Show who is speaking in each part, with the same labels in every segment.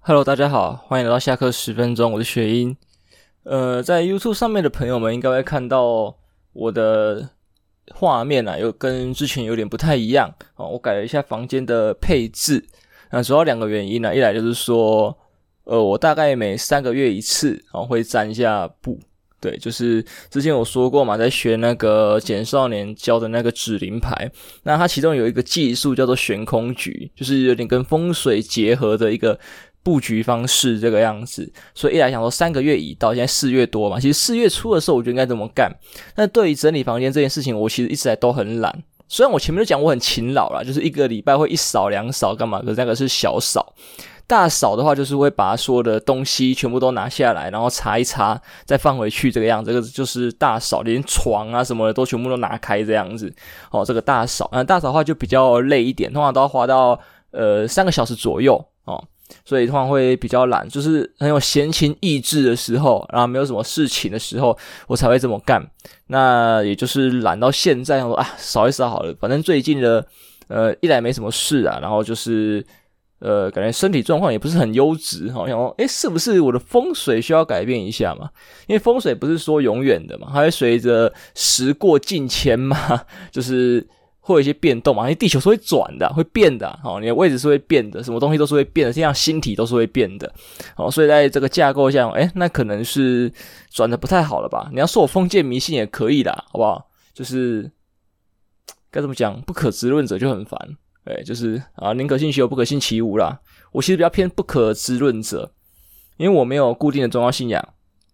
Speaker 1: Hello，大家好，欢迎来到下课10分钟，我是雪英。在 YouTube 上面的朋友们应该会看到我的画面啊，跟之前有点不太一样哦。我改了一下房间的配置，主要两个原因啊，一来就是说，我大概每3个月一次会沾一下布。对，就是之前有说过嘛，在学那个简少年教的那个指灵牌，那它其中有一个技术叫做悬空局，就是有点跟风水结合的一个布局方式这个样子。所以一来想说3个月已到，现在4月多嘛，其实4月初的时候我就应该这么干。但对于整理房间这件事情，我其实一直来都很懒。虽然我前面就讲我很勤劳啦，就是1个礼拜会1扫2扫干嘛，可是那个是小扫。大扫的话就是会把所有的东西全部都拿下来，然后擦一擦再放回去这个样子，这个就是大扫，连床啊什么的都全部都拿开这样子。这个大扫，大扫的话就比较累一点，通常都要花到3个小时左右所以通常会比较懒，就是很有闲情逸致的时候，然后没有什么事情的时候我才会这么干。那也就是懒到现在，说扫一扫好了，反正最近的一来没什么事啊，然后就是感觉身体状况也不是很优质，好像说是不是我的风水需要改变一下嘛？因为风水不是说永远的嘛，它会随着时过境迁嘛，就是会有一些变动嘛，因为地球是会转的，会变的你的位置是会变的，什么东西都是会变的，像星体都是会变的所以在这个架构下那可能是转的不太好了吧？你要说我封建迷信也可以啦，好不好？就是该怎么讲，不可知论者就很烦。对，就是宁可信其有不可信其无啦。我其实比较偏不可知论者，因为我没有固定的宗教信仰，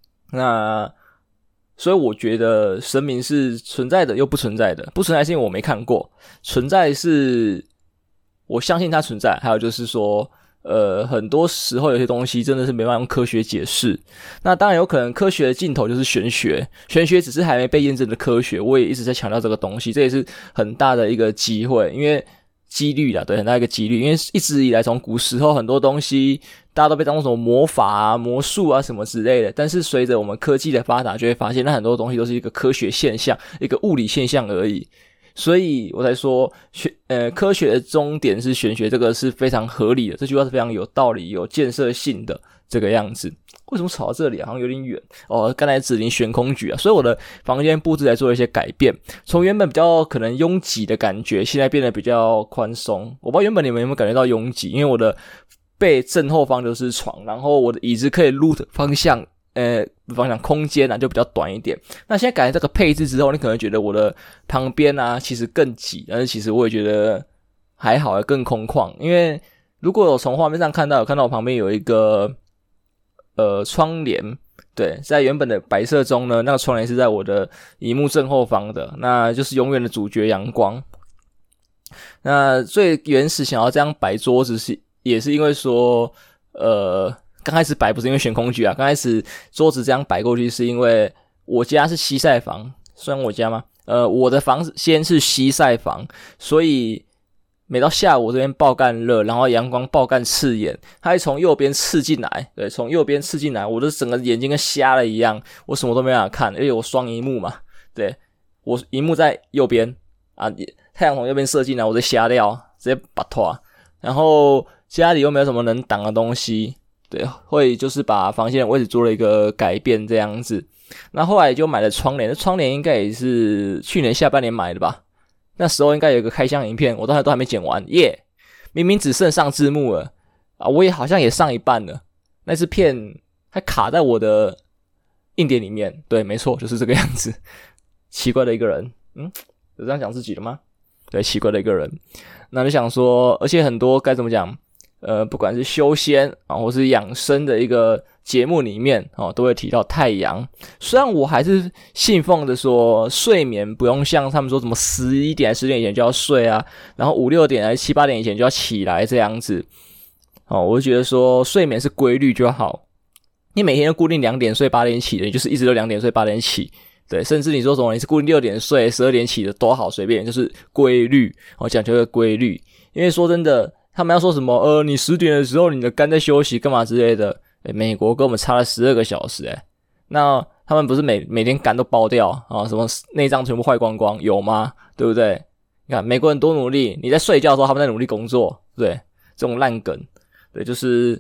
Speaker 1: 所以我觉得神明是存在的又不存在的。不存在是因为我没看过，存在是我相信它存在。还有就是说很多时候有些东西真的是没办法用科学解释。那当然有可能科学的尽头就是玄学，玄学只是还没被验证的科学。我也一直在强调这个东西，这也是很大的一个机会，因为几率啦，对，很大一个几率，因为一直以来从古时候很多东西大家都被当作什么魔法啊、魔术啊什么之类的，但是随着我们科技的发达，就会发现那很多东西都是一个科学现象，一个物理现象而已。所以我才说科学的终点是玄学，这个是非常合理的，这句话是非常有道理、有建设性的这个样子。为什么吵到这里好像有点远刚才指令悬空局所以我的房间布置来做了一些改变，从原本比较可能拥挤的感觉，现在变得比较宽松。我不知道原本你们有没有感觉到拥挤，因为我的背正后方就是床，然后我的椅子可以撸的方向空间就比较短一点。那现在改了这个配置之后，你可能觉得我的旁边其实更挤，但是其实我也觉得还好，更空旷。因为如果有从画面上看到我旁边有一个窗帘，对，在原本的摆设中呢，那个窗帘是在我的萤幕正后方的，那就是永远的主角阳光。那最原始想要这样摆桌子也是因为说刚开始摆不是因为悬空局刚开始桌子这样摆过去是因为我家是西晒房，算我家吗？我的房子先是西晒房，所以每到下午这边爆干热，然后阳光爆干刺眼，它会从右边刺进来，对，从右边刺进来，我的整个眼睛跟瞎了一样，我什么都没办法看，因为我双萤幕嘛，对，我萤幕在右边太阳从右边射进来，我就瞎掉，直接拔脱。然后家里又没有什么能挡的东西，对，会就是把房间的位置做了一个改变这样子。那后来就买了窗帘，那窗帘应该也是去年下半年买的吧。那时候应该有一个开箱影片，我到现在都还没剪完耶，明明只剩上字幕了我也好像也上一半了，那支片还卡在我的硬碟里面，对，没错，就是这个样子。奇怪的一个人，有这样讲自己的吗？对，奇怪的一个人。那就想说，而且很多该怎么讲，不管是修仙或是养生的一个节目里面都会提到太阳。虽然我还是信奉的说睡眠不用像他们说什么11点10点以前就要睡然后5、6点还是7、8点以前就要起来这样子我就觉得说睡眠是规律就好。你每天都固定2点睡8点起的，你就是一直都2点睡8点起，对，甚至你说什么你是固定6点睡12点起的都好，随便，就是规律讲究一个规律。因为说真的，他们要说什么你10点的时候你的肝在休息干嘛之类的，美国跟我们差了12个小时那他们不是每天肝都爆掉什么内脏全部坏光光，有吗？对不对？你看美国人多努力，你在睡觉的时候他们在努力工作，对，这种烂梗，对，就是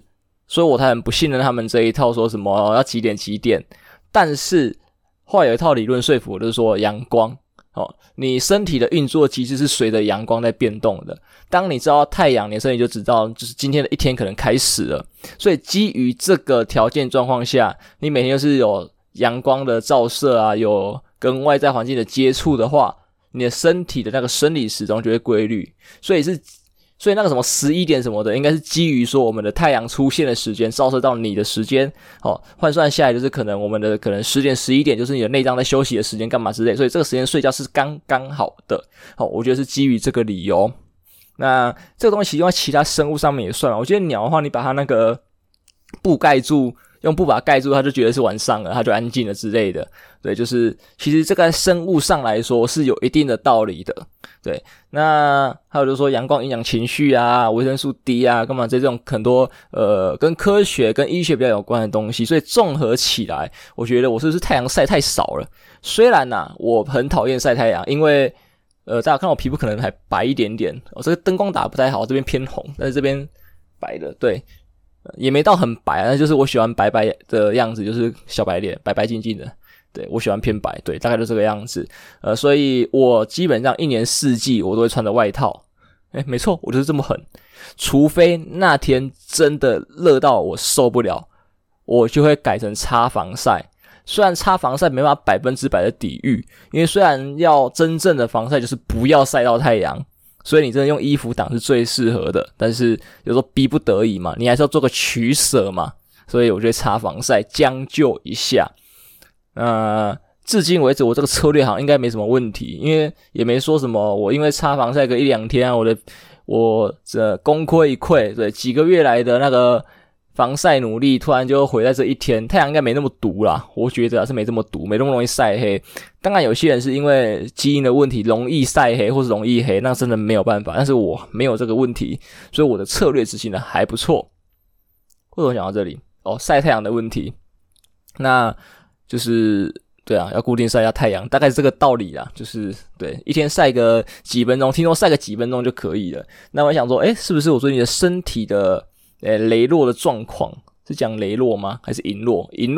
Speaker 1: 所以我才很不信任他们这一套说什么要几点几点。但是后来有一套理论说服我，就是说阳光你身体的运作机制是随着阳光在变动的。当你知道太阳，你的身体就知道就是今天的一天可能开始了。所以基于这个条件状况下，你每天就是有阳光的照射啊，有跟外在环境的接触的话，你的身体的那个生理时钟就会规律。所以那个什么11点什么的，应该是基于说我们的太阳出现的时间照射到你的时间，换算下来就是可能我们的可能10点11点就是你的内脏在休息的时间干嘛之类，所以这个时间睡觉是刚刚好的。我觉得是基于这个理由。那这个东西用在其他生物上面也算了。我觉得鸟的话，你把它那个布盖住，用布把它盖住，它就觉得是晚上了，它就安静了之类的。对，就是其实这个在生物上来说是有一定的道理的。对，那还有就是说阳光影响情绪啊，维生素 D 啊，干嘛这种很多跟科学跟医学比较有关的东西，所以综合起来，我觉得我是不是太阳晒太少了？虽然我很讨厌晒太阳，因为大家看我皮肤可能还白一点点，这个灯光打不太好，这边偏红，但是这边白的，对，也没到很白，但就是我喜欢白白的样子，就是小白脸，白白净净的。对，我喜欢偏白，对，大概就这个样子。所以我基本上一年四季我都会穿着外套。没错，我就是这么狠。除非那天真的热到我受不了，我就会改成擦防晒。虽然擦防晒没办法100%的抵御，因为虽然要真正的防晒就是不要晒到太阳，所以你真的用衣服挡是最适合的。但是有时候逼不得已嘛，你还是要做个取舍嘛，所以我就会擦防晒，将就一下。至今为止我这个策略好像应该没什么问题，因为也没说什么我因为擦防晒个1-2天啊，我这功亏一篑，对，几个月来的那个防晒努力突然就毁在这一天。太阳应该没那么毒啦，我觉得是没这么毒，没那么容易晒黑。当然有些人是因为基因的问题容易晒黑或是容易黑，那真的没有办法，但是我没有这个问题，所以我的策略执行的还不错。为什么讲到这里？晒太阳的问题，那就是对啊，要固定晒一下太阳，大概是这个道理啦。就是对，一天晒个几分钟，听说晒个几分钟就可以了。那我想说，是不是我最近的身体的雷落的状况，是讲雷落吗？还是银落？银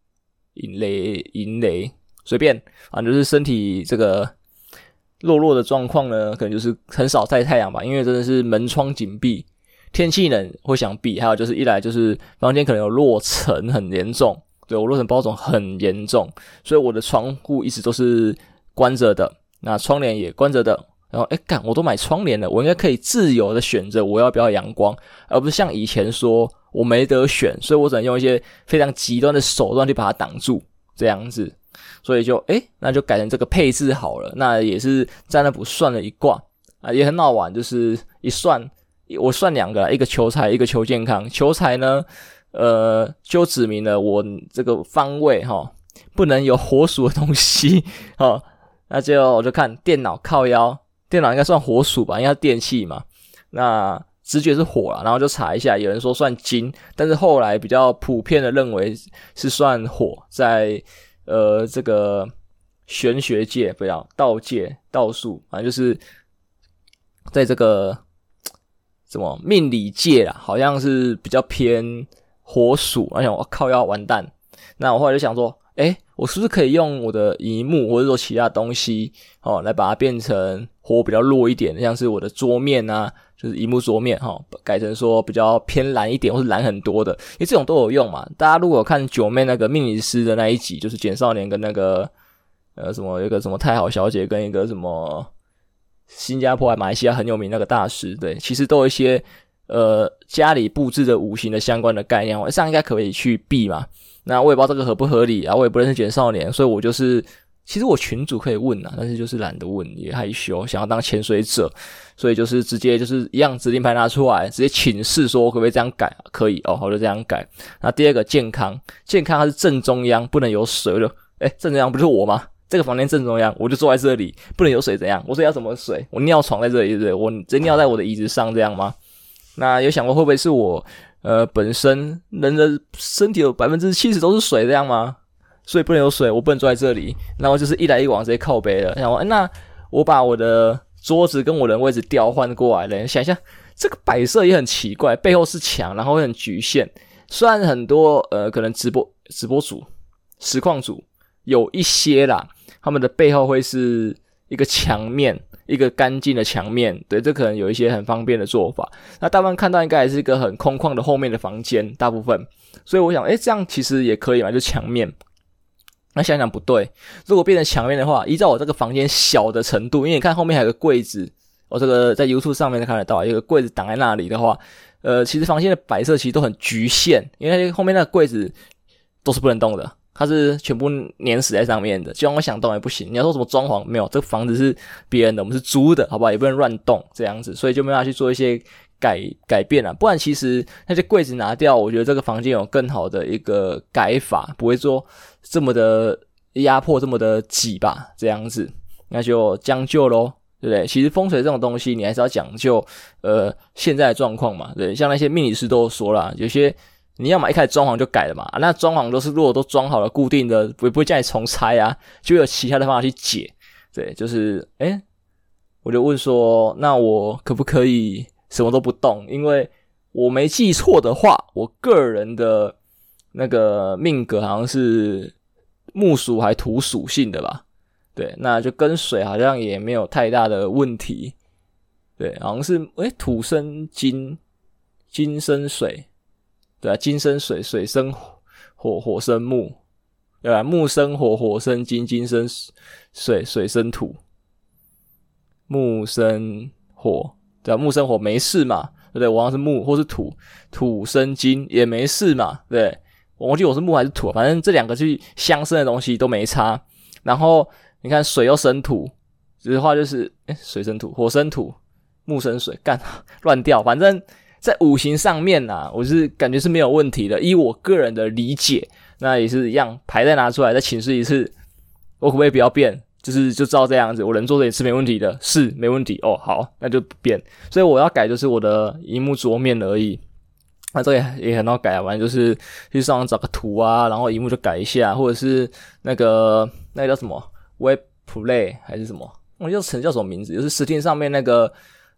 Speaker 1: 雷，随便啊，就是身体这个落的状况呢，可能就是很少晒太阳吧，因为真的是门窗紧闭，天气冷会想避，还有就是一来就是房间可能有落尘很严重。对，我落尘包种很严重，所以我的窗户一直都是关着的，那窗帘也关着的。然后我都买窗帘了，我应该可以自由的选择我要不要阳光，而不是像以前说我没得选，所以我只能用一些非常极端的手段去把它挡住，这样子。所以就那就改成这个配置好了。那也是占卜算了一卦也很好玩，就是一算我算2个，一个求财，一个求健康。求财呢就指明了我这个方位不能有火属的东西那我就看电脑靠腰，电脑应该算火属吧，因为它电器嘛。那直觉是火啦，然后就查一下，有人说算金，但是后来比较普遍的认为是算火，在这个玄学界，不要道界道术，反正就是在这个什么命理界啦，好像是比较偏火属。我想我靠要完蛋，那我后来就想说我是不是可以用我的萤幕或者说其他东西来把它变成火比较弱一点，像是我的桌面啊，就是萤幕桌面改成说比较偏蓝一点或是蓝很多的，因为这种都有用嘛。大家如果有看九妹那个命理师的那一集，就是简少年跟那个什么有一个什么太好小姐跟一个什么新加坡还马来西亚很有名那个大师，对，其实都有一些家里布置的五行的相关的概念，这样应该可以去避嘛。那我也不知道这个合不合理啊，我也不认识简少年，所以我就是其实我群主可以问啊，但是就是懒得问，也害羞，想要当潜水者，所以就是直接就是一样指令牌拿出来，直接请示说可不可以这样改，可以好就这样改。那第二个健康它是正中央不能有水了，正中央不就是我吗？这个房间正中央，我就坐在这里，不能有水怎样？我说要什么水？我尿床在这里，对不对？我直接尿在我的椅子上这样吗？那有想过会不会是我本身人的身体有 70% 都是水这样吗？所以不能有水，我不能坐在这里，然后就是一来一往直接靠北了。然后那我把我的桌子跟我的位置调换过来了，想一下这个摆设也很奇怪，背后是墙，然后会很局限。 虽然很多可能直播主、实况主有一些啦，他们的背后会是一个墙面，一个干净的墙面，对，这可能有一些很方便的做法。那大部分看到应该还是一个很空旷的后面的房间，大部分。所以我想，这样其实也可以嘛，就墙面。那想想不对，如果变成墙面的话，依照我这个房间小的程度，因为你看后面还有个柜子，我这个在 YouTube 上面看得到，有个柜子挡在那里的话，其实房间的摆设其实都很局限，因为后面那个柜子都是不能动的。它是全部粘死在上面的，就让我想动也不行。你要说什么装潢，没有，这个房子是别人的，我们是租的，好不好？也不能乱动这样子，所以就没办法去做一些改变啦。不然其实那些柜子拿掉，我觉得这个房间有更好的一个改法，不会说这么的压迫，这么的挤吧，这样子，那就将就咯，对不对？其实风水这种东西，你还是要讲究现在的状况嘛，对，像那些命理师都说啦，有些你要嘛一开始装潢就改了嘛，那装潢都是如果都装好了固定的，不会叫你重拆啊，就有其他的方法去解。对，就是我就问说，那我可不可以什么都不动？因为我没记错的话，我个人的那个命格好像是木属还土属性的吧？对，那就跟水好像也没有太大的问题。对，好像是土生金，金生水。对啊，金生水，水生火，火生木，对吧？木生火，火生金，金生水，水生土。木生火，对啊，木生火没事嘛，对不对？我好像是木或是土，土生金也没事嘛，对不对？我忘记我是木还是土，反正这两个去相生的东西都没差。然后你看水又生土，这的话就是水生土，火生土，木生水，干乱掉，反正。在五行上面啊，我是感觉是没有问题的，依我个人的理解，那也是一样，牌再拿出来再请示一次，我可不可以不要变？就照这样子，我能做的也是没问题的，是没问题哦，好，那就不变。所以我要改就是我的萤幕桌面而已，那这个也很好改啊，反正就是去上网找个图啊，然后萤幕就改一下，或者是那个叫什么 Web Play 还是什么，我叫什么名字？就是 Steam 上面那个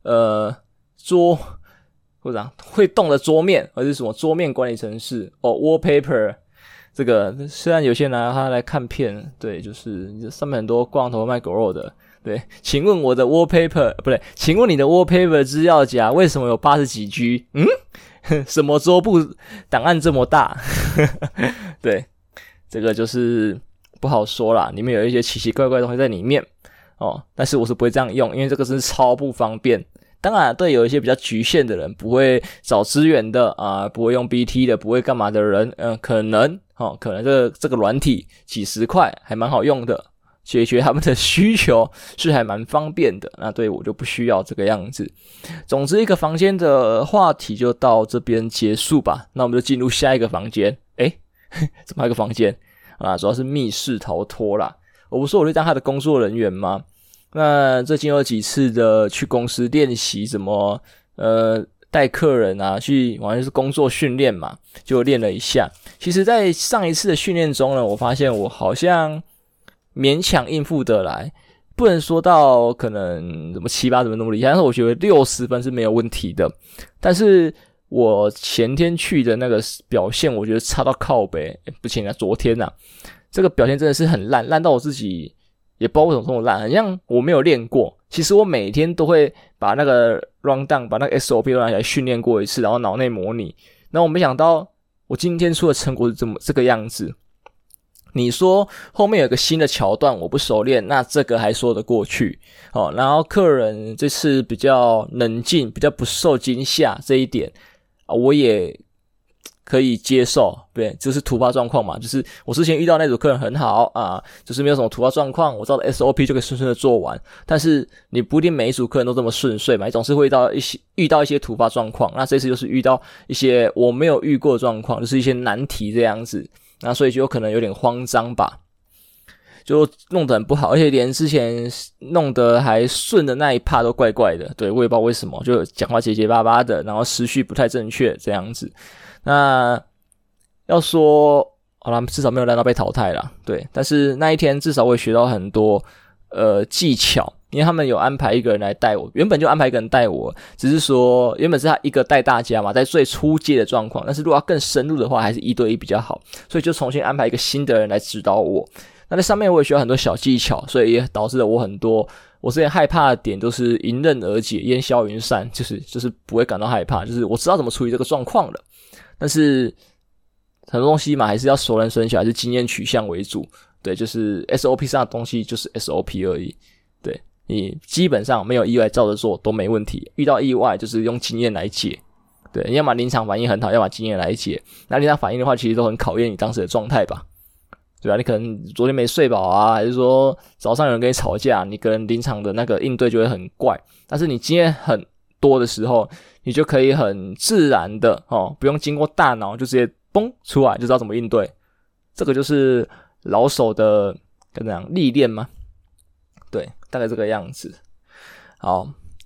Speaker 1: 或者会动的桌面，或者是什么桌面管理程式wallpaper， 这个虽然有些人拿它来看片，对，就是上面很多光头卖狗肉的，对，请问我的 wallpaper 不对，请问你的 wallpaper 资料夹为什么有80几 G？ 什么桌布档案这么大？对，这个就是不好说啦，里面有一些奇奇怪怪的东西在里面但是我是不会这样用，因为这个是超不方便。当然对有一些比较局限的人，不会找资源的不会用 BT 的，不会干嘛的人，可能这个软体几十块还蛮好用的，解决他们的需求是还蛮方便的。那对我就不需要这个样子。总之一个房间的话题就到这边结束吧，那我们就进入下一个房间。怎么还有一个房间主要是密室逃脱啦。我不是说我是当他的工作人员吗？那最近有几次的去公司练习怎么带客人去完全是工作训练嘛，就练了一下。其实在上一次的训练中呢，我发现我好像勉强应付得来，不能说到可能怎么7-8分那么厉害，但是我觉得60分是没有问题的。但是我前天去的那个表现我觉得差到靠北，不前天昨天这个表现真的是很烂到我自己也不知道为什么这么烂，很像我没有练过。其实我每天都会把那个 rundown 把那个 SOP 都拿起来训练过一次，然后脑内模拟。然后我没想到我今天出的成果是这个样子。你说后面有个新的桥段我不熟练，那这个还说得过去然后客人这次比较冷静，比较不受惊吓，这一点我也可以接受，对，就是突发状况嘛，就是我之前遇到那组客人很好就是没有什么突发状况，我照着 SOP 就可以顺顺的做完。但是你不一定每一组客人都这么顺遂嘛，你总是会遇到一些突发状况。那这次就是遇到一些我没有遇过的状况，就是一些难题这样子，那所以就有可能有点慌张吧，就弄得很不好，而且连之前弄得还顺的那一趴都怪怪的，对，我也不知道为什么，就讲话结结巴巴的，然后时序不太正确这样子。那要说好啦，至少没有烂到被淘汰啦，对。但是那一天至少我也学到很多技巧， 因为他们有安排一个人来带我，原本就安排一个人带我，只是说原本是他一个带大家嘛，在最初阶的状况，但是如果要更深入的话，还是1对1比较好，所以就重新安排一个新的人来指导我。那在上面我也学到很多小技巧，所以也导致了我很多我之前害怕的点都是迎刃而解，烟消云散，就是不会感到害怕，就是我知道怎么处理这个状况了。但是很多东西嘛，还是要熟能生巧，还是经验取向为主。对，就是 SOP 上的东西就是 SOP 而已。对，你基本上没有意外照着做都没问题，遇到意外就是用经验来解。对，你要么临场反应很好，要么经验来解。那临场反应的话，其实都很考验你当时的状态吧。对吧？你可能昨天没睡饱啊，还是说早上有人跟你吵架，你可能临场的那个应对就会很怪。但是你经验很多的时候，你就可以很自然的不用经过大脑就直接嘣出来，就知道怎么应对。这个就是老手的怎么样历练吗？对，大概这个样子。好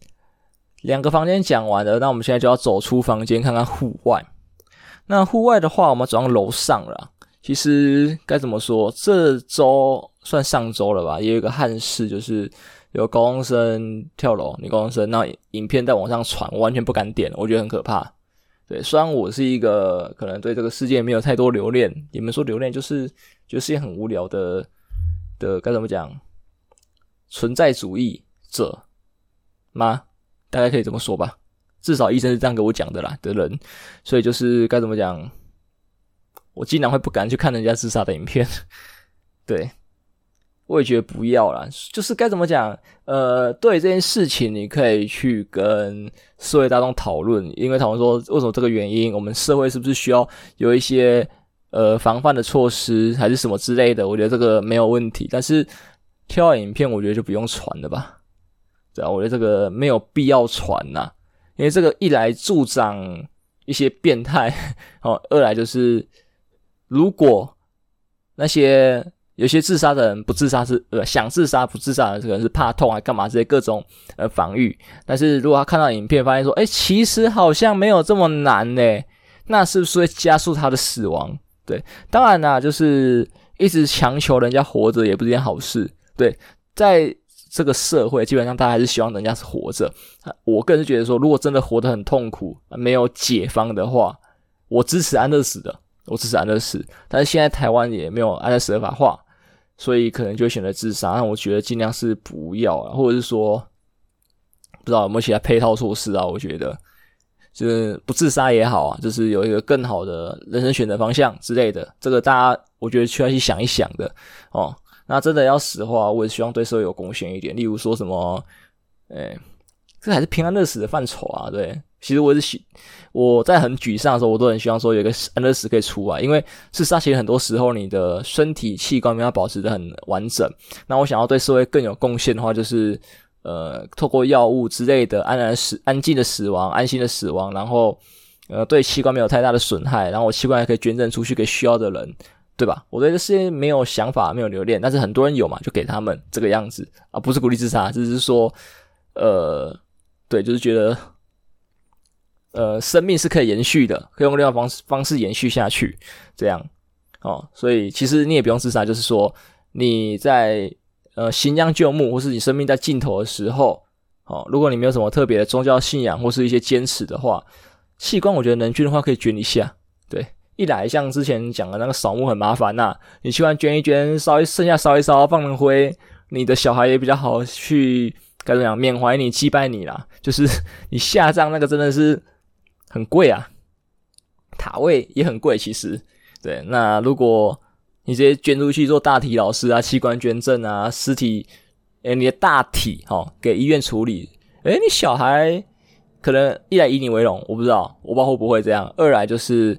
Speaker 1: ，2个房间讲完了，那我们现在就要走出房间看看户外。那户外的话，我们走上楼上了。其实该怎么说，这周算上周了吧，也有一个憾事，就是有高中生跳楼，女高中生，那影片在网上传，我完全不敢点，我觉得很可怕。对，虽然我是一个可能对这个世界没有太多留恋，你们说留恋就是觉得是件很无聊的该怎么讲，存在主义者吗？大概可以这么说吧，至少医生是这样跟我讲的啦的人，所以就是该怎么讲，我竟然会不敢去看人家自杀的影片。对，我也觉得不要啦，就是该怎么讲，对这件事情你可以去跟社会大众讨论，因为讨论说为什么这个原因，我们社会是不是需要有一些防范的措施还是什么之类的，我觉得这个没有问题。但是跳影片我觉得就不用传了吧。对啊，我觉得这个没有必要传啊，因为这个一来助长一些变态二来就是如果那些有些自杀的人不自杀是想自杀不自杀的，可能是怕痛啊干嘛这些各种防御，但是如果他看到影片发现说其实好像没有这么难那是不是会加速他的死亡？对，当然啦，就是一直强求人家活着也不是件好事。对，在这个社会基本上大家还是希望人家是活着。我个人是觉得说，如果真的活得很痛苦没有解方的话，我支持安乐死的，我支持安乐死。但是现在台湾也没有安乐死合法化，所以可能就会选择自杀。那我觉得尽量是不要啦，或者是说不知道有没有其他配套措施啊，我觉得就是不自杀也好啊，就是有一个更好的人生选择方向之类的，这个大家我觉得需要去想一想的那真的要死的话，我也希望对社会有贡献一点，例如说什么这还是平安乐死的范畴啊。对，其实我在很沮丧的时候，我都很希望说有一个安乐死可以出来，因为自杀其实很多时候你的身体器官没有保持得很完整，那我想要对社会更有贡献的话，就是透过药物之类的安静的死亡，安心的死亡，然后对器官没有太大的损害，然后我器官还可以捐赠出去给需要的人，对吧？我对这世界没有想法，没有留恋，但是很多人有嘛，就给他们这个样子啊，不是鼓励自杀，只是说对，就是觉得生命是可以延续的，可以用另外方式延续下去，这样所以其实你也不用自杀，就是说你在行将就木，或是你生命在尽头的时候如果你没有什么特别的宗教信仰或是一些坚持的话，器官我觉得能捐的话可以捐一下。对，一来像之前讲的那个扫墓很麻烦你器官捐一捐，剩下烧一烧放成灰，你的小孩也比较好去该怎么讲缅怀你祭拜你啦，就是你下葬那个真的是很贵啊，塔位也很贵其实。对，那如果你直接捐出去做大体老师啊，器官捐赠啊，尸体你的大体给医院处理，你小孩可能一来以你为荣，我不知道会不会这样，二来就是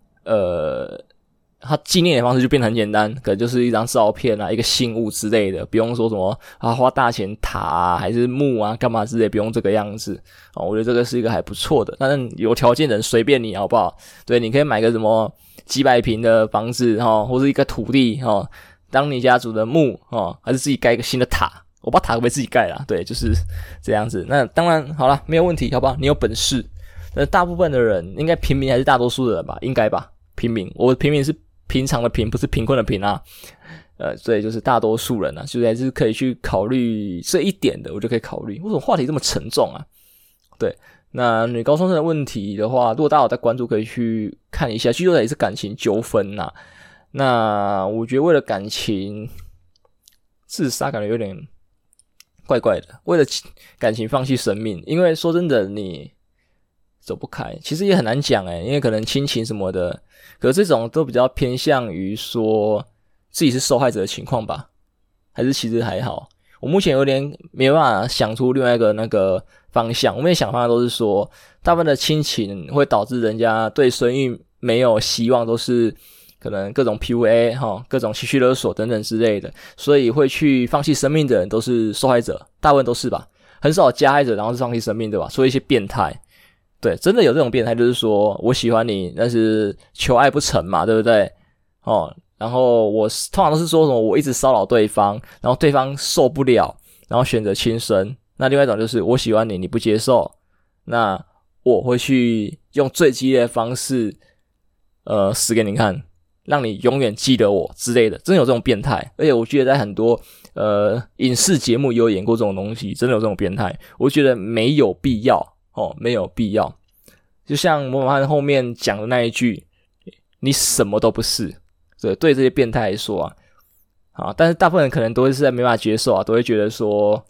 Speaker 1: 他纪念的方式就变得很简单，可能就是一张照片啊，一个信物之类的，不用说什么花大钱塔啊还是墓啊干嘛之类，不用这个样子我觉得这个是一个还不错的。但是有条件的人随便你好不好？对，你可以买个什么几百坪的房子或是一个土地当你家族的墓还是自己盖一个新的塔，我把塔可不可以自己盖啦？对，就是这样子。那当然好啦，没有问题好不好？你有本事。但大部分的人应该平民还是大多数的人吧，应该吧，平民，我平民是平常的平，不是贫困的贫所以就是大多数人啊，就还是可以去考虑这一点的，我就可以考虑。为什么话题这么沉重啊？对，那女高中生的问题的话，如果大家有在关注，可以去看一下，据说也是感情纠纷呐。那我觉得为了感情自杀，感觉有点怪怪的。为了感情放弃生命，因为说真的，你走不开，其实也很难讲因为可能亲情什么的，可是这种都比较偏向于说自己是受害者的情况吧，还是其实还好。我目前有点没办法想出另外一个那个方向。我们的想法都是说，大部分的亲情会导致人家对生育没有希望，都是可能各种 PUA 各种情绪勒索等等之类的，所以会去放弃生命的人都是受害者，大部分都是吧，很少加害者然后是放弃生命对吧？所以一些变态，对，真的有这种变态，就是说我喜欢你，但是求爱不成嘛，对不对？然后我通常都是说什么我一直骚扰对方，然后对方受不了，然后选择轻生。那另外一种就是我喜欢你，你不接受，那我会去用最激烈的方式死给你看，让你永远记得我之类的，真的有这种变态。而且我觉得在很多影视节目也有演过这种东西，真的有这种变态，我觉得没有必要没有必要。就像模仿犯后面讲的那一句，你什么都不是。对这些变态来说但是大部分人可能都会是在没办法接受都会觉得说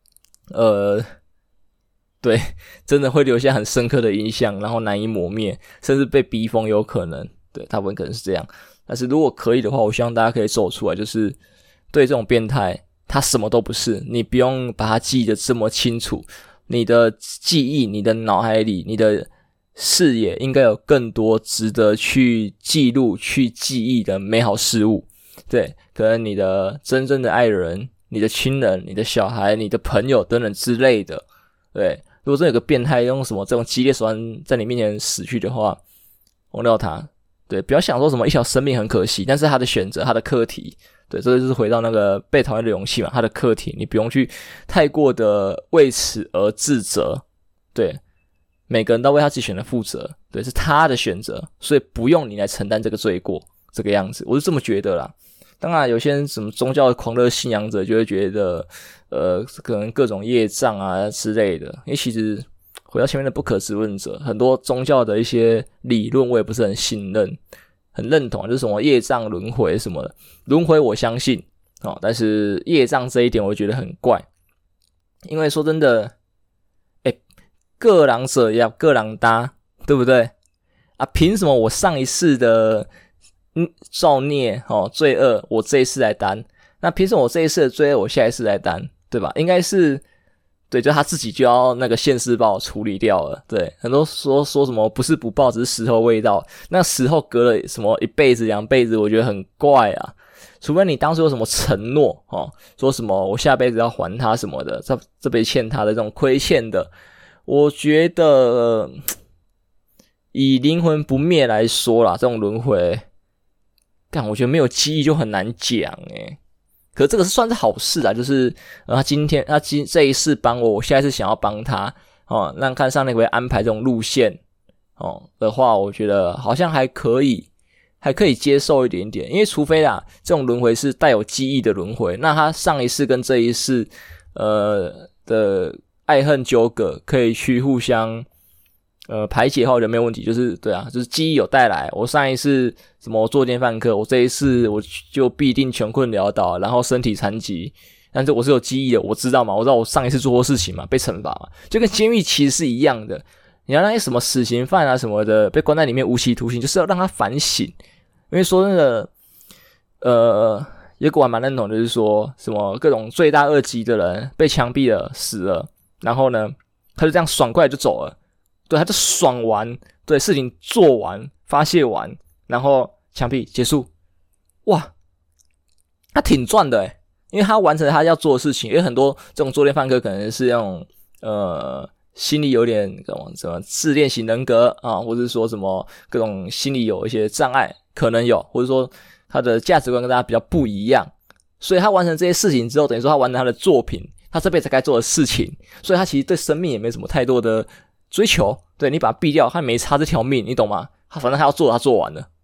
Speaker 1: 对，真的会留下很深刻的印象，然后难以磨灭，甚至被逼疯有可能。对，大部分可能是这样。但是如果可以的话，我希望大家可以走出来，就是对这种变态，他什么都不是，你不用把他记得这么清楚，你的记忆，你的脑海里，你的视野应该有更多值得去记录、去记忆的美好事物。对，可能你的真正的爱人、你的亲人、你的小孩、你的朋友等等之类的。对，如果真有个变态用什么这种激烈手段在你面前死去的话，忘掉他。对，不要想说什么一条生命很可惜，但是他的选择，他的课题。对，这就是回到那个被讨厌的勇气嘛，他的课题，你不用去太过的为此而自责。对。每个人都为他自己选择负责，对，是他的选择，所以不用你来承担这个罪过，这个样子，我是这么觉得啦。当然，有些人什么宗教的狂热信仰者就会觉得，可能各种业障啊之类的。因为其实回到前面的不可知论者，很多宗教的一些理论我也不是很信任、很认同，就是什么业障轮回什么的，轮回我相信但是业障这一点我觉得很怪，因为说真的。各人者要各人担，对不对凭什么我上一世的造孽罪恶我这一世来担？那凭什么我这一世的罪恶我下一世来担？对吧？应该是对，就他自己就要那个现世报处理掉了。对，很多说什么不是不报，只是时候未到。那时候隔了什么一辈子、2辈子，我觉得很怪啊。除非你当初有什么承诺说什么我下辈子要还他什么的，这辈子欠他的这种亏欠的。我觉得以灵魂不灭来说啦，这种轮回我觉得没有记忆就很难讲可是这个是算是好事啦，就是他这一世帮我下一次想要帮他那看上帝会安排这种路线的话，我觉得好像还可以接受一点点。因为除非啦这种轮回是带有记忆的轮回，那他上一世跟这一世的爱恨纠葛可以去互相排解后就没有问题，就是对啊，就是记忆有带来，我上一次什么作奸犯科，我这一次我就必定穷困潦倒，然后身体残疾，但是我是有记忆的，我知道嘛，我知道我上一次做错事情嘛，被惩罚嘛，就跟监狱其实是一样的。你要那些什么死刑犯啊什么的被关在里面无期徒刑，就是要让他反省。因为说真的有个我还蛮认同，就是说什么各种罪大恶极的人被枪毙了死了，然后呢他就这样爽快就走了，对，他就爽完，对，事情做完发泄完，然后枪毙结束。哇，他挺赚的因为他完成了他要做的事情。因为很多这种作奸犯科可能是那种心理有点什么自恋型人格或者说什么各种心理有一些障碍可能有，或者说他的价值观跟大家比较不一样，所以他完成这些事情之后，等于说他完成他的作品，他这辈子该做的事情，所以他其实对生命也没什么太多的追求。对，你把他毙掉他没差这条命，你懂吗？反正他要做他做完了。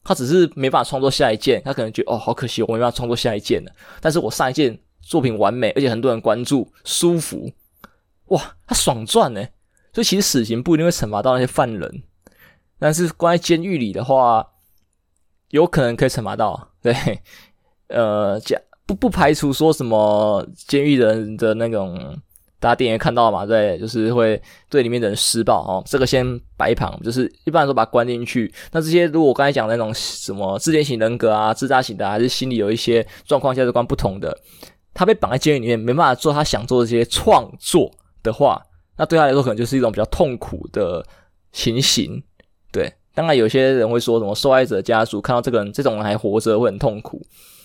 Speaker 1: 他只是没办法创作下一件，他可能觉得好可惜，我没办法创作下一件了。但是我上一件作品完美，而且很多人关注，舒服，哇，他爽赚欸。所以其实死刑不一定会惩罚到那些犯人，但是关在监狱里的话，有可能可以惩罚到。对，不排除说什么监狱人的那种，大家电影看到嘛，对，就是会对里面的人施暴这个先摆一旁，就是一般来说把他关进去。那这些如果我刚才讲的那种什么自恋型人格啊、自大型的，还是心里有一些状况价值观不同的，他被绑在监狱里面，没办法做他想做的这些创作的话，那对他来说可能就是一种比较痛苦的情形。对，当然有些人会说什么受害者家属看到这种人还活着会很痛苦，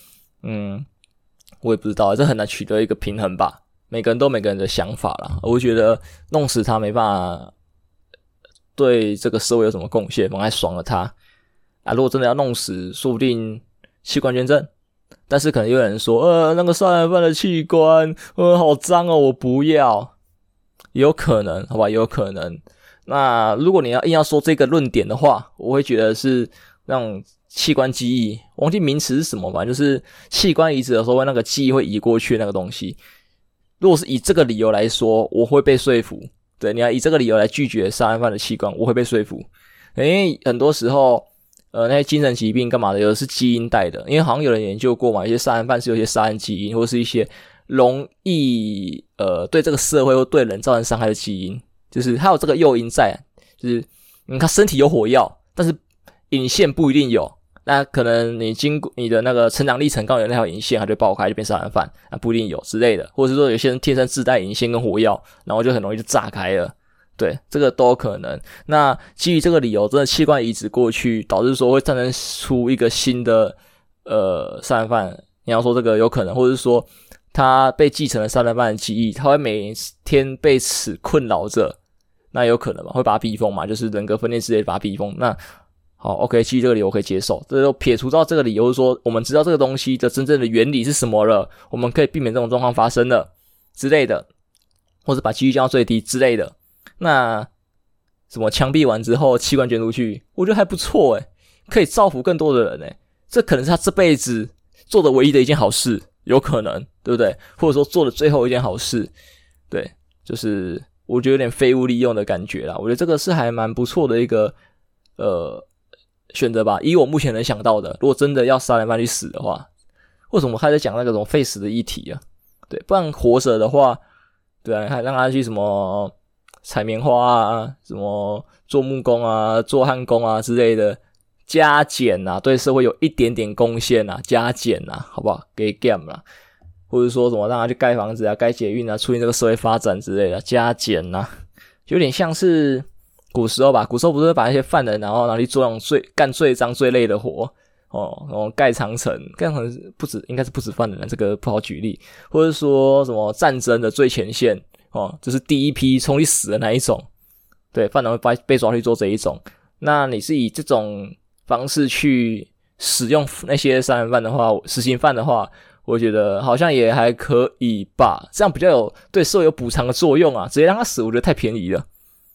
Speaker 1: 我也不知道，这很难取得一个平衡吧。每个人都有每个人的想法啦，我觉得弄死他没办法对这个社会有什么贡献，反而爽了他啊！如果真的要弄死，说不定器官捐赠，但是可能有人说那个杀人犯的器官好脏哦，我不要。也有可能，好吧，也有可能。那如果你硬要说这个论点的话，我会觉得是那种器官记忆，忘记名词是什么吧，就是器官移植的时候那个记忆会移过去那个东西。如果是以这个理由来说，我会被说服。对，你要以这个理由来拒绝杀人犯的器官，我会被说服。因为很多时候那些精神疾病干嘛的，有的是基因带的，因为好像有人研究过嘛，有些杀人犯是有些杀人基因，或是一些容易对这个社会或对人造成伤害的基因，就是他有这个诱因在，就是他身体有火药，但是引线不一定有。那可能你经过你的那个成长历程刚好有那条引线，它就爆开就变杀人犯，不一定有之类的，或者是说有些人天生自带引线跟火药，然后就很容易就炸开了。对，这个都有可能。那基于这个理由，真的器官移植过去，导致说会诞生出一个新的杀人犯，你要说这个有可能，或者是说他被继承了杀人犯的记忆，他会每天被此困扰着，那有可能嘛？会把他逼疯嘛？就是人格分裂之类把他逼疯。那好 ，OK， 基于这个理由我可以接受。这就撇除到这个理由，就是说我们知道这个东西的真正的原理是什么了，我们可以避免这种状况发生了之类的，或者把几率降到最低之类的。那什么枪毙完之后器官捐出去，我觉得还不错诶，可以造福更多的人诶。这可能是他这辈子做的唯一的一件好事，有可能，对不对？或者说做的最后一件好事，对，就是我觉得有点废物利用的感觉啦。我觉得这个是还蛮不错的一个选择吧，以我目前能想到的，如果真的要杀人犯去死的话，为什么还在讲那个什么废死的议题啊？对，不然活着的话，对啊，还让他去什么采棉花啊，什么做木工啊、做焊工啊之类的，加减啊，对社会有一点点贡献啊，加减啊，好不好？给 game 啦，或者说什么让他去盖房子啊、盖捷运啊，促进这个社会发展之类的，加减啊，有点像是古时候吧，古时候不是会把那些犯人然后拿去做那种干最脏最累的活然后盖长城不止，应该是不止犯人，这个不好举例，或者说什么战争的最前线就是第一批冲去死的那一种，对，犯人会被抓去做这一种。那你是以这种方式去使用那些杀人犯的话，死刑犯的话，我觉得好像也还可以吧，这样比较有对社会有补偿的作用啊，直接让他死，我觉得太便宜了。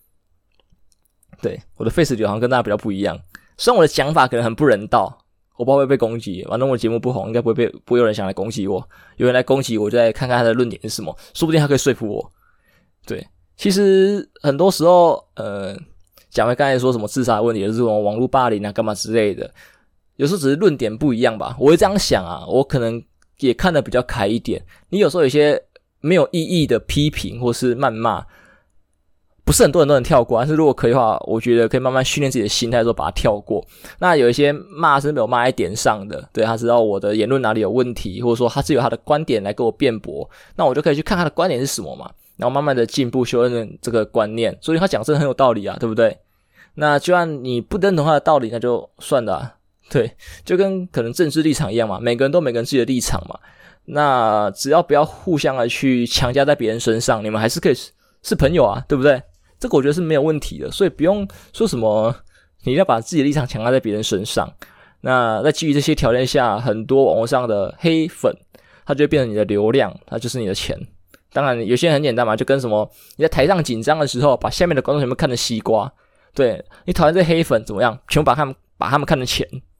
Speaker 1: 对，我的 face 好像跟大家比较不一样，虽然我的讲法可能很不人道，我不知道会被攻击，反正我的节目不红，应该不会有人想来攻击我，有人来攻击我就再看看他的论点是什么，说不定他可以说服我。对，其实很多时候讲回刚才说什么自杀的问题，就是什么网络霸凌啊干嘛之类的，有时候只是论点不一样吧，我会这样想啊，我可能也看得比较开一点。你有时候有些没有意义的批评或是谩骂，不是很多人都能跳过，但是如果可以的话，我觉得可以慢慢训练自己的心态，说把它跳过。那有一些骂是没有骂在点上的，对，他知道我的言论哪里有问题，或者说他是有他的观点来跟我辩驳，那我就可以去看他的观点是什么嘛，然后慢慢的进步修正这个观念。所以他讲真的很有道理啊，对不对？那就算你不认同他的道理，那就算了啊，对，就跟可能政治立场一样嘛，每个人都有每个人自己的立场嘛，那只要不要互相的去强加在别人身上，你们还是可以是朋友啊，对不对？这个我觉得是没有问题的，所以不用说什么你要把自己的立场强加在别人身上。那在基于这些条件下，很多网络上的黑粉，它就会变成你的流量，它就是你的钱。当然有些人很简单嘛，就跟什么你在台上紧张的时候，把下面的观众全部看成西瓜，对，你讨厌这黑粉怎么样，全部把他们看成钱，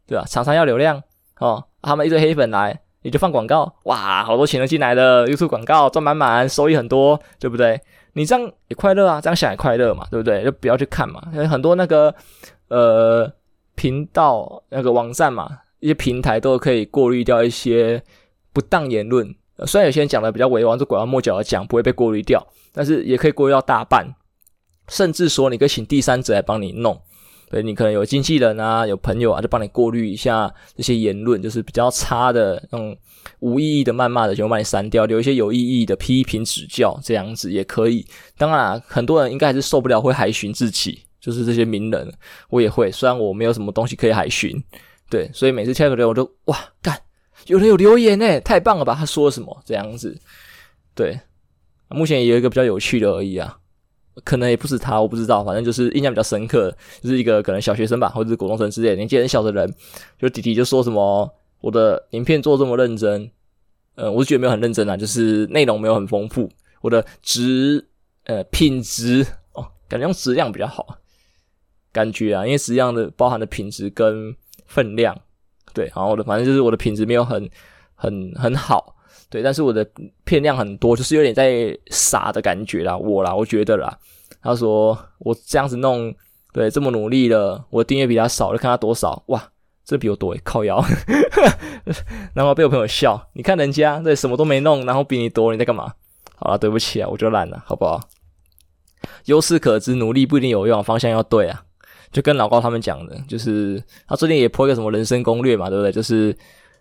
Speaker 1: 对吧？厂商要流量他们一堆黑粉来，你就放广告，哇，好多钱都进来了 ，YouTube 广告赚满满，收益很多，对不对？你这样也快乐啊，这样想也快乐嘛，对不对？就不要去看嘛，因为很多那个频道那个网站嘛，一些平台都可以过滤掉一些不当言论。虽然有些人讲的比较委婉，就拐弯抹角的讲，不会被过滤掉，但是也可以过滤掉大半，甚至说你可以请第三者来帮你弄。对，你可能有经纪人啊，有朋友啊，就帮你过滤一下这些言论，就是比较差的那种无意义的谩骂的，全部帮你删掉，留一些有意义的批评指教，这样子也可以。当然很多人应该还是受不了会海巡自己，就是这些名人，我也会，虽然我没有什么东西可以海巡，对，所以每次跳个留言我就哇干，有人有留言耶，太棒了吧，他说了什么这样子。对，目前也有一个比较有趣的而已啊，可能也不是他，我不知道，反正就是印象比较深刻，就是一个可能小学生吧，或者是国中生之类的年纪很小的人，就弟弟就说什么我的影片做这么认真，我是觉得没有很认真啊，就是内容没有很丰富，我的品质感觉用质量比较好，感觉啊，因为质量的包含的品质跟分量，对，然后反正就是我的品质没有很好。对，但是我的片量很多，就是有点在撒的感觉啦，我觉得啦。他说我这样子弄，对，这么努力了，我的订阅比他少，就看他多少，哇，这比我多耶，靠腰。然后被我朋友笑，你看人家对什么都没弄，然后比你多，你在干嘛？好啦，对不起啊，我就懒了，好不好？优势可知，努力不一定有用，方向要对啊。就跟老高他们讲的，就是他最近也播一个什么人生攻略嘛，对不对？就是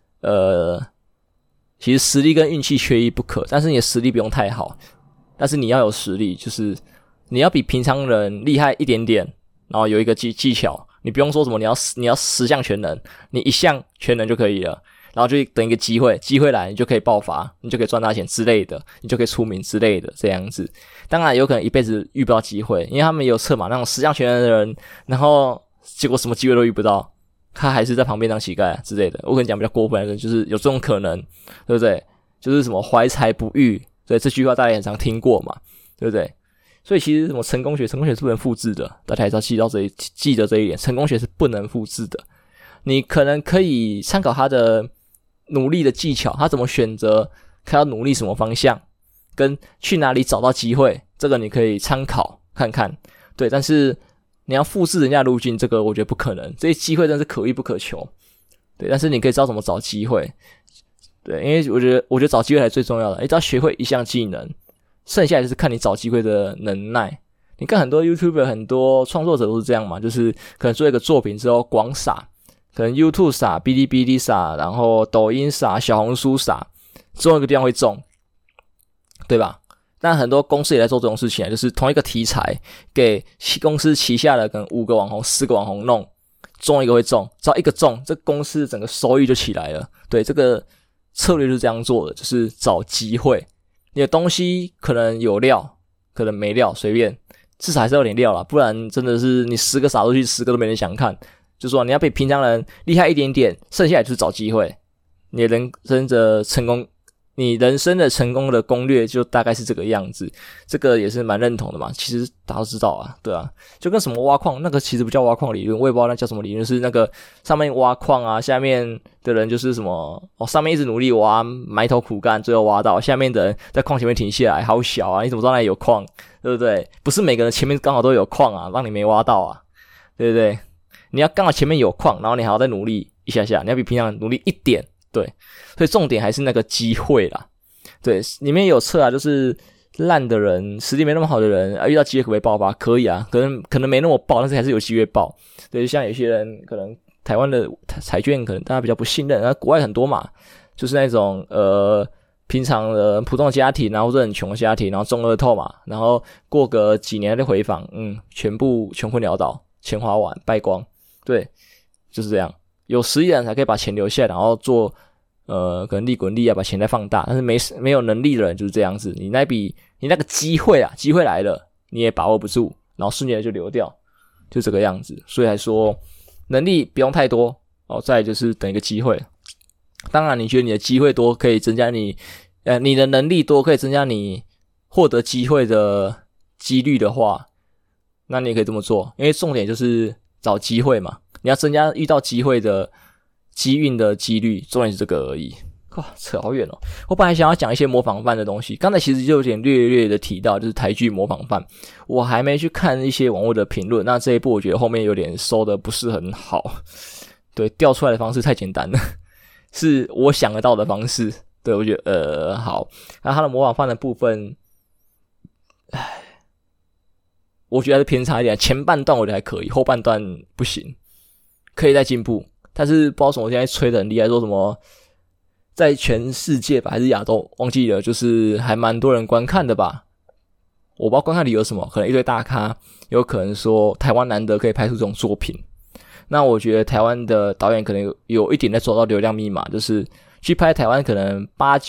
Speaker 1: 其实实力跟运气缺一不可，但是你的实力不用太好，但是你要有实力，就是你要比平常人厉害一点点，然后有一个技巧，你不用说什么你要10项全能，你1项全能就可以了，然后就等一个机会来，你就可以爆发，你就可以赚大钱之类的，你就可以出名之类的这样子。当然有可能一辈子遇不到机会，因为他们有测嘛，那种10项全能的人，然后结果什么机会都遇不到，他还是在旁边当乞丐之类的。我跟你讲比较过分的就是有这种可能，对不对？就是什么怀才不遇，对，这句话大家也很常听过嘛，对不对？所以其实什么成功学是不能复制的，大家还是要记得这一点，成功学是不能复制的。你可能可以参考他的努力的技巧，他怎么选择，看要努力什么方向，跟去哪里找到机会，这个你可以参考看看。对，但是你要复制人家的路径，这个我觉得不可能，这些机会真是可遇不可求。对，但是你可以知道怎么找机会。对，因为我觉得找机会才是最重要的。你只要学会一项技能，剩下来就是看你找机会的能耐。你看很多 YouTuber 很多创作者都是这样嘛，就是可能做一个作品之后广撒，可能 YouTube 撒，哔哩哔哩撒，然后抖音撒，小红书撒，总有一个地方会中，对吧？但很多公司也在做这种事情，就是同一个题材给公司旗下的可能5个网红、10个网红弄，中一个会中，只要一个中，这公司整个收益就起来了。对，这个策略就是这样做的，就是找机会。你的东西可能有料，可能没料，随便，至少还是有点料啦，不然真的是你10个撒出去，10个都没人想看。就是说你要比平常人厉害一点点，剩下来就是找机会。你人生的成功的攻略就大概是这个样子，这个也是蛮认同的嘛。其实大家都知道啊，对啊，就跟什么挖矿，那个其实不叫挖矿理论，我也不知道那叫什么理论，是那个上面挖矿啊，下面的人就是什么上面一直努力挖，埋头苦干，最后挖到，下面的人在矿前面停下来，好小啊，你怎么知道那里有矿，对不对？不是每个人前面刚好都有矿啊，让你没挖到啊，对不对？你要刚好前面有矿，然后你还要再努力一下下，你要比平常努力一点，对，所以重点还是那个机会啦。对，里面有测啊，就是烂的人，实力没那么好的人遇到机会可不可以爆发？可以啊，可能没那么爆，但是还是有机会爆。对，像有些人可能台湾的彩券可能大家比较不信任，那国外很多嘛，就是那种平常的普通的家庭，然后是很穷的家庭，然后中乐透嘛，然后过个几年就回访，全部穷困潦倒，钱花完败光。对，就是这样。有实力的人才可以把钱留下来，然后做可能利滚利啊，把钱再放大。但是没有能力的人就是这样子，你那个机会来了，你也把握不住，然后瞬间就流掉，就这个样子。所以还说能力不用太多再来就是等一个机会。当然，你觉得你的机会多可以增加你的能力多可以增加你获得机会的几率的话，那你也可以这么做，因为重点就是找机会嘛。你要增加遇到机会的机运的几率，重点是这个而已。哇，扯好远哦！我本来想要讲一些模仿犯的东西，刚才其实就有点略略的提到，就是台剧模仿犯。我还没去看一些网络的评论，那这一部我觉得后面有点收的不是很好，对，调出来的方式太简单了，是我想得到的方式。对，我觉得好。那他的模仿犯的部分，我觉得还是偏差一点。前半段我觉得还可以，后半段不行，可以再进步。但是不知道什么现在吹得很厉害，说什么在全世界吧还是亚洲忘记了，就是还蛮多人观看的吧。我不知道观看理由什么，可能一堆大咖，有可能说台湾难得可以拍出这种作品。那我觉得台湾的导演可能有一点在抓到流量密码，就是去拍台湾可能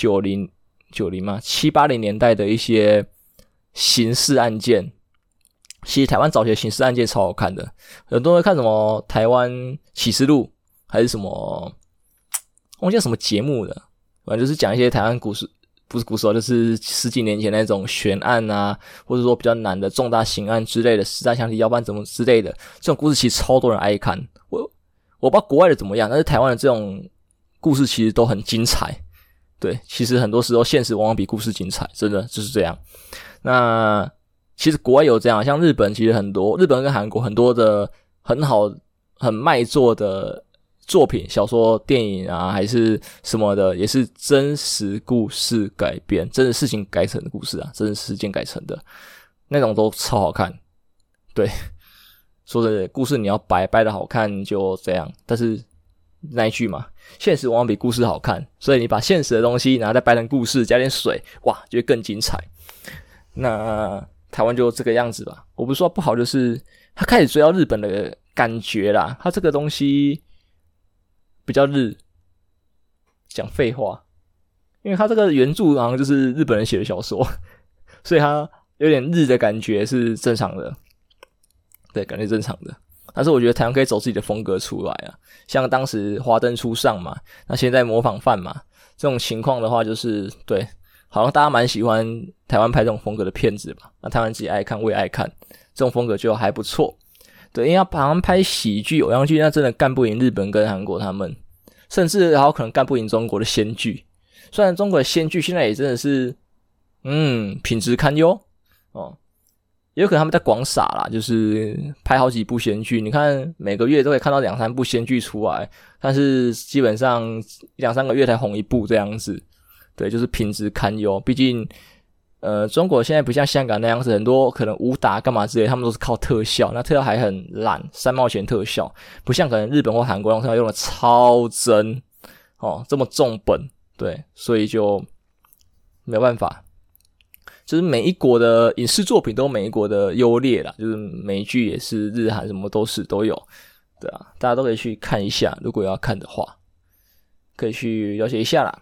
Speaker 1: 7、80年代的一些刑事案件。其实台湾早期的刑事案件超好看的，很多人看什么台湾启示录还是什么忘记什么节目的，反正就是讲一些台湾故事，不是故事就是10几年前那种悬案啊，或者说比较难的重大刑案之类的，实弹枪击要不然怎么之类的，这种故事其实超多人爱看。我不知道国外的怎么样，但是台湾的这种故事其实都很精彩。对，其实很多时候现实往往比故事精彩，真的就是这样。那其实国外有这样，像日本其实很多，日本跟韩国很多的很好很卖座的作品，小说、电影啊还是什么的，也是真实故事改编，真实事情改成的故事啊，真实事件改成的那种都超好看。对，说真的，故事你要掰得好看就这样，但是那一句嘛，现实往往比故事好看，所以你把现实的东西然后再掰成故事，加点水，哇，就会更精彩。那台湾就这个样子吧，我不是说不好，就是他开始追到日本的感觉啦。他这个东西比较日，讲废话，因为他这个原著好像就是日本人写的小说，所以他有点日的感觉是正常的，对，感觉正常的。但是我觉得台湾可以走自己的风格出来啊，像当时华灯初上嘛，那现在模仿犯嘛，这种情况的话就是对。好像大家蛮喜欢台湾拍这种风格的片子吧，那台湾自己爱看，我也爱看，这种风格就还不错。对，因为台湾拍喜剧、偶像剧，那真的干不赢日本跟韩国他们，甚至还有可能干不赢中国的仙剧。虽然中国的仙剧现在也真的是，品质堪忧哦，也有可能他们在广撒啦，就是拍好几部仙剧，你看每个月都可以看到2-3部仙剧出来，但是基本上2-3个月才红一部这样子。对，就是品质堪忧。毕竟，中国现在不像香港那样子，很多可能武打干嘛之类，他们都是靠特效，那特效还很烂，3毛钱特效，不像可能日本或韩国那种特效用的超真哦，这么重本，对，所以就没有办法。就是每一国的影视作品都有每一国的优劣啦，就是美剧也是，日韩什么都有，对啊，大家都可以去看一下，如果要看的话，可以去了解一下啦。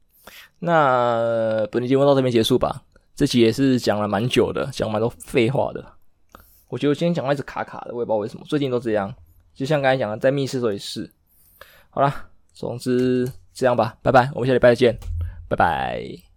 Speaker 1: 那本期节目到这边结束吧，这集也是讲了蛮久的，讲蛮多废话的。我觉得我今天讲话一直卡卡的，我也不知道为什么，最近都这样。就像刚才讲的，在密室的时候也是。好啦，总之这样吧，拜拜，我们下礼拜见，拜拜。